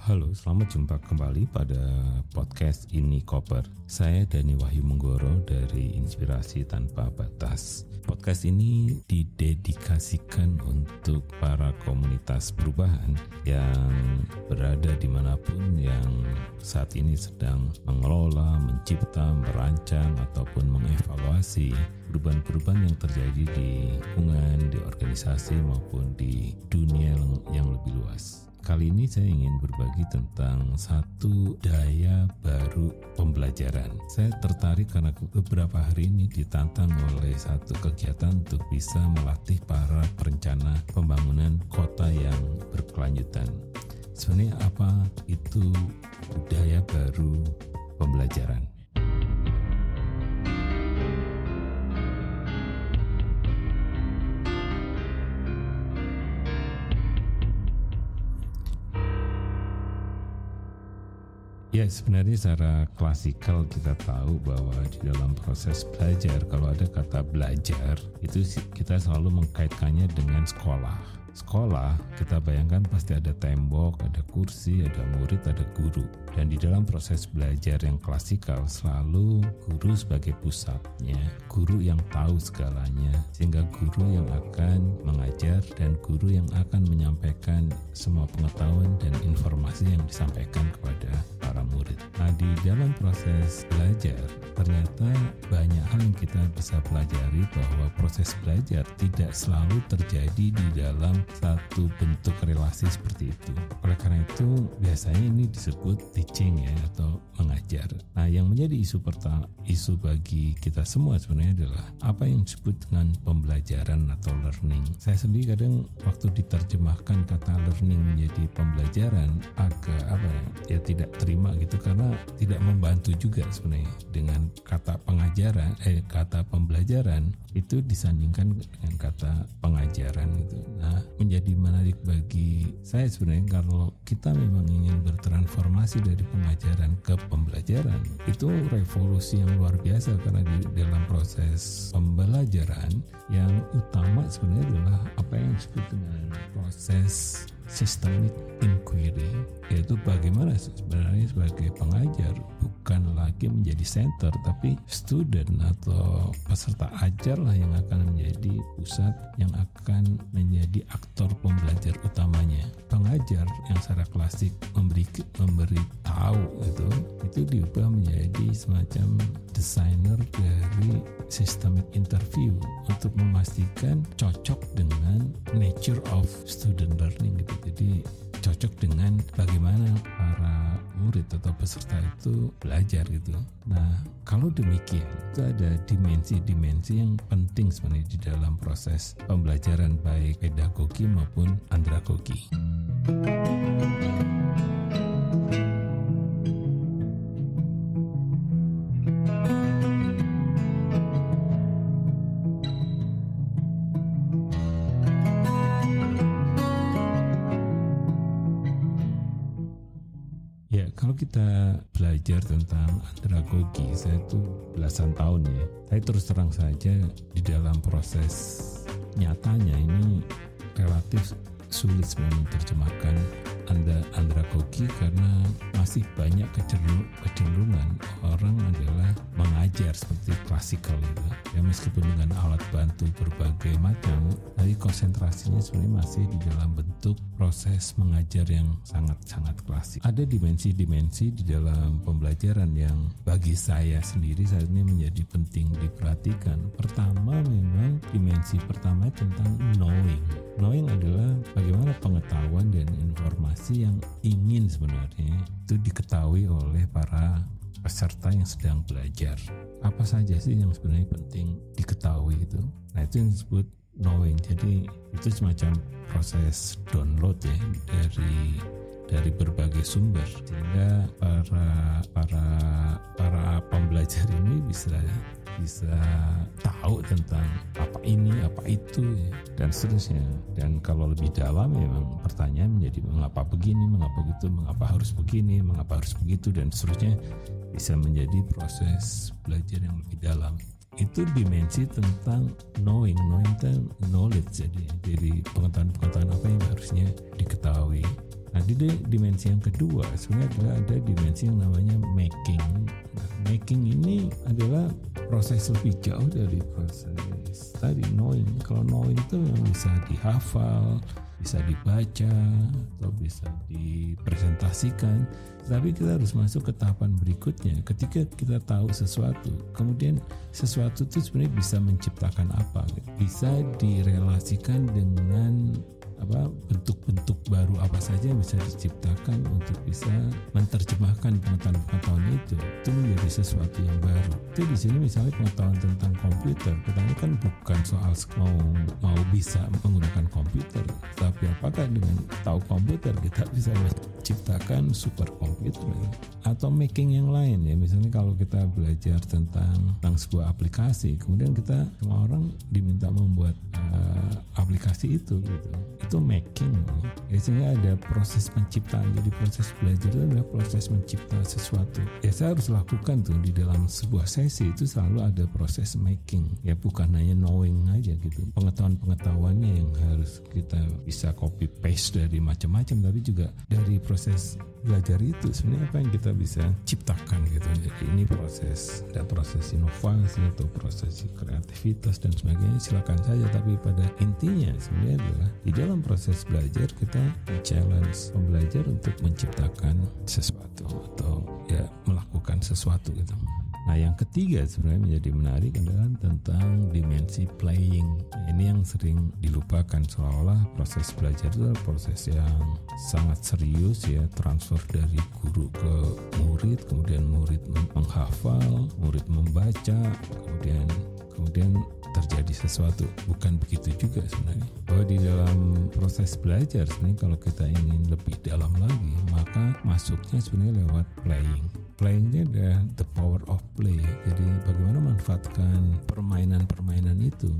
Halo, selamat jumpa kembali pada podcast Ini Koper. Saya Dani Wahyu Menggoro dari Inspirasi Tanpa Batas. Podcast ini didedikasikan untuk para komunitas perubahan yang berada dimanapun yang saat ini sedang mengelola, mencipta, merancang, ataupun mengevaluasi perubahan-perubahan yang terjadi di lingkungan, di organisasi maupun di dunia yang lebih luas. Kali ini saya ingin berbagi tentang satu daya baru pembelajaran. Saya tertarik karena beberapa hari ini ditantang oleh satu kegiatan untuk bisa melatih para perencana pembangunan kota yang berkelanjutan. Sebenarnya apa itu daya baru pembelajaran? Ya, sebenarnya secara klasikal kita tahu bahwa di dalam proses belajar, kalau ada kata belajar, itu kita selalu mengkaitkannya dengan sekolah. Sekolah, kita bayangkan pasti ada tembok, ada kursi, ada murid, ada guru. Dan di dalam proses belajar yang klasikal, selalu guru sebagai pusatnya, guru yang tahu segalanya, sehingga guru yang akan mengajar dan guru yang akan menyampaikan semua pengetahuan dan informasi yang disampaikan kepada para murid. Nah, di dalam proses belajar, ternyata banyak hal yang kita bisa pelajari bahwa proses belajar tidak selalu terjadi di dalam satu bentuk relasi seperti itu. Oleh karena itu, biasanya ini disebut teaching ya, atau mengajar. Nah, yang menjadi isu bagi kita semua sebenarnya adalah apa yang disebut dengan pembelajaran atau learning. Saya sendiri kadang waktu diterjemahkan kata learning menjadi pembelajaran agak tidak terima gitu, karena tidak membantu juga sebenarnya dengan kata pengajaran, kata pembelajaran itu disandingkan dengan kata pengajaran gitu. Nah, menjadi menarik bagi saya sebenarnya kalau kita memang ingin bertransformasi dari pengajaran ke pembelajaran, itu revolusi yang luar biasa, karena di dalam proses pembelajaran yang utama sebenarnya adalah apa yang disebut dengan proses systemic inquiry, yaitu bagaimana sebenarnya sebagai pengajar bukan lagi menjadi center, tapi student atau peserta ajar lah yang akan menjadi pusat, yang akan menjadi aktor pembelajar utamanya. Pengajar yang secara klasik memberi tahu itu diubah menjadi semacam desainer dari systemic interview untuk memastikan cocok dengan nature of student learning gitu. Jadi cocok dengan bagaimana para murid atau peserta itu belajar gitu. Nah, kalau demikian, itu ada dimensi-dimensi yang penting sebenarnya di dalam proses pembelajaran baik pedagogi maupun andragogi. Ya, kalau kita belajar tentang andragogi, saya tuh belasan tahun ya. Saya terus terang saja di dalam proses nyatanya ini relatif sulit sebenarnya menerjemahkan andragogi, karena masih banyak kecenderungan orang adalah mengajar seperti klasikal gitu. Ya, meskipun dengan alat bantu berbagai macam, tapi konsentrasinya sebenarnya masih di dalam bentuk proses mengajar yang sangat-sangat klasik. Ada dimensi-dimensi di dalam pembelajaran yang bagi saya sendiri saat ini menjadi penting diperhatikan. Pertama, memang dimensi pertama tentang knowing. Knowing adalah bagaimana pengetahuan dan informasi yang ingin sebenarnya itu diketahui oleh para peserta yang sedang belajar. Apa saja sih yang sebenarnya penting diketahui itu? Nah, itu yang disebut knowing. Jadi itu semacam proses download ya dari berbagai sumber, sehingga para pembelajar ini bisa tahu tentang apa ini, apa itu ya, dan seterusnya. Dan kalau lebih dalam memang pertanyaan menjadi mengapa begini, mengapa begitu, mengapa harus begini, mengapa harus begitu, dan seterusnya, bisa menjadi proses belajar yang lebih dalam. Itu dimensi tentang knowing itu knowledge, jadi pengetahuan apa yang harusnya diketahui. Nah, Nah, di dimensi yang kedua sebenarnya ada dimensi yang namanya making. Nah, making ini adalah proses lebih jauh dari proses tadi knowing. Kalau knowing itu yang bisa dihafal, bisa dibaca, atau bisa dipresentasikan. Tapi kita harus masuk ke tahapan berikutnya. Ketika kita tahu sesuatu, kemudian sesuatu itu sebenarnya bisa menciptakan apa? Bisa direlasikan dengan bentuk-bentuk baru apa saja yang bisa diciptakan untuk bisa menerjemahkan pengetahuan itu menjadi sesuatu yang baru. Itu di sini misalnya pengetahuan tentang komputer, pertanyaan kan bukan soal mau bisa menggunakan komputer, tapi apakah dengan tahu komputer kita bisa menciptakan super komputer atau making yang lain ya. Misalnya kalau kita belajar tentang sebuah aplikasi, kemudian kita semua orang diminta membuat aplikasi itu gitu. Itu making. Biasanya ada proses penciptaan. Jadi proses belajar itu adalah proses mencipta sesuatu. Ya saya harus lakukan tuh di dalam sebuah sesi itu selalu ada proses making. Ya bukan hanya knowing aja gitu. Pengetahuannya yang harus kita bisa copy paste dari macam-macam, tapi juga dari proses belajar itu sebenarnya apa yang kita bisa ciptakan gitu. Jadi ini proses, ada proses inovasi atau proses kreativitas dan sebagainya, silakan saja. Tapi pada intinya sebenarnya adalah di dalam proses belajar kita challenge pembelajar untuk menciptakan sesuatu atau ya melakukan sesuatu gitu. Nah, yang ketiga sebenarnya menjadi menarik adalah tentang dimensi playing. Ini yang sering dilupakan, seolah-olah proses belajar itu adalah proses yang sangat serius ya, transfer dari guru ke murid, kemudian murid menghafal, murid membaca, kemudian terjadi sesuatu. Bukan begitu juga sebenarnya. Bahwa di dalam proses belajar sebenarnya kalau kita ingin lebih dalam lagi, maka masuknya sebenarnya lewat playing. Playing ini adalah the power of play. Jadi bagaimana memanfaatkan permainan-permainan itu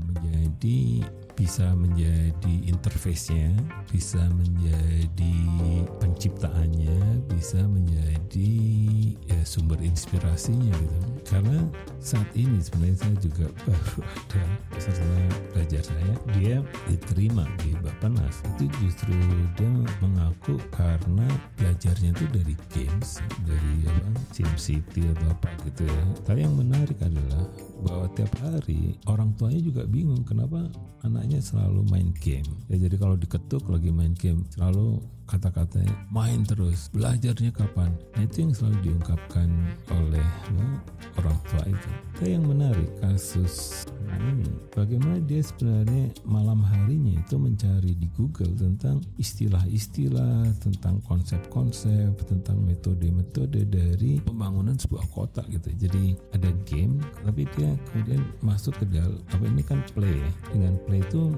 bisa menjadi interface-nya, bisa menjadi penciptaannya, bisa menjadi sumber inspirasinya gitu. Karena saat ini sebenarnya saya juga baru ada peserta belajar saya, dia diterima di Bappenas. Itu justru dia mengaku karena belajarnya itu dari games, dari SimCity atau apa gitu ya. Tapi yang menarik adalah bahwa tiap hari orang tuanya juga bingung kenapa anaknya selalu main game. Ya, jadi kalau diketuk lagi main game, selalu kata-katanya main terus, belajarnya kapan? Nah, itu yang selalu diungkapkan oleh orang tua itu. Tapi yang menarik kasus ini, bagaimana dia sebenarnya malam harinya itu mencari di Google tentang istilah-istilah, tentang konsep-konsep, tentang metode-metode dari pembangunan sebuah kota gitu. Jadi ada game, tapi dia kemudian masuk ke dalam ini kan play ya. Dengan play itu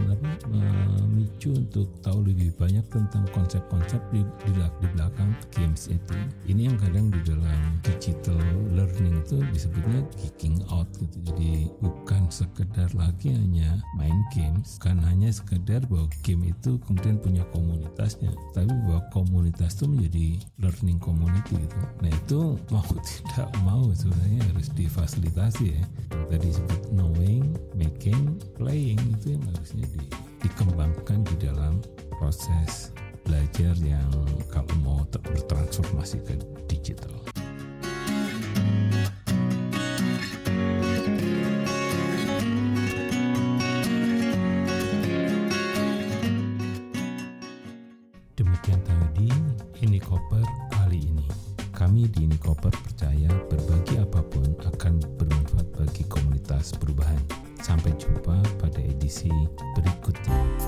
memicu untuk tahu lebih banyak tentang konsep-konsep di belakang games itu. Ini yang kadang di dalam digital learning itu disebutnya geeking out gitu. Jadi bukan sekedar lagi hanya main games, bukan hanya sekedar bahwa game itu kemudian punya komunitasnya, tapi bahwa komunitas itu menjadi learning community gitu. Nah, itu mau tidak mau sebenarnya harus difasilitasi ya. Tadi disebut knowing, making, playing, itu yang harusnya dikembangkan di dalam proses belajar yang kalau mau bertransformasi ke digital. Demikian tadi Indikoper kali ini. Kami di Indikoper percaya berbagi apapun akan bermanfaat bagi komunitas perubahan. Sampai jumpa pada edisi berikutnya.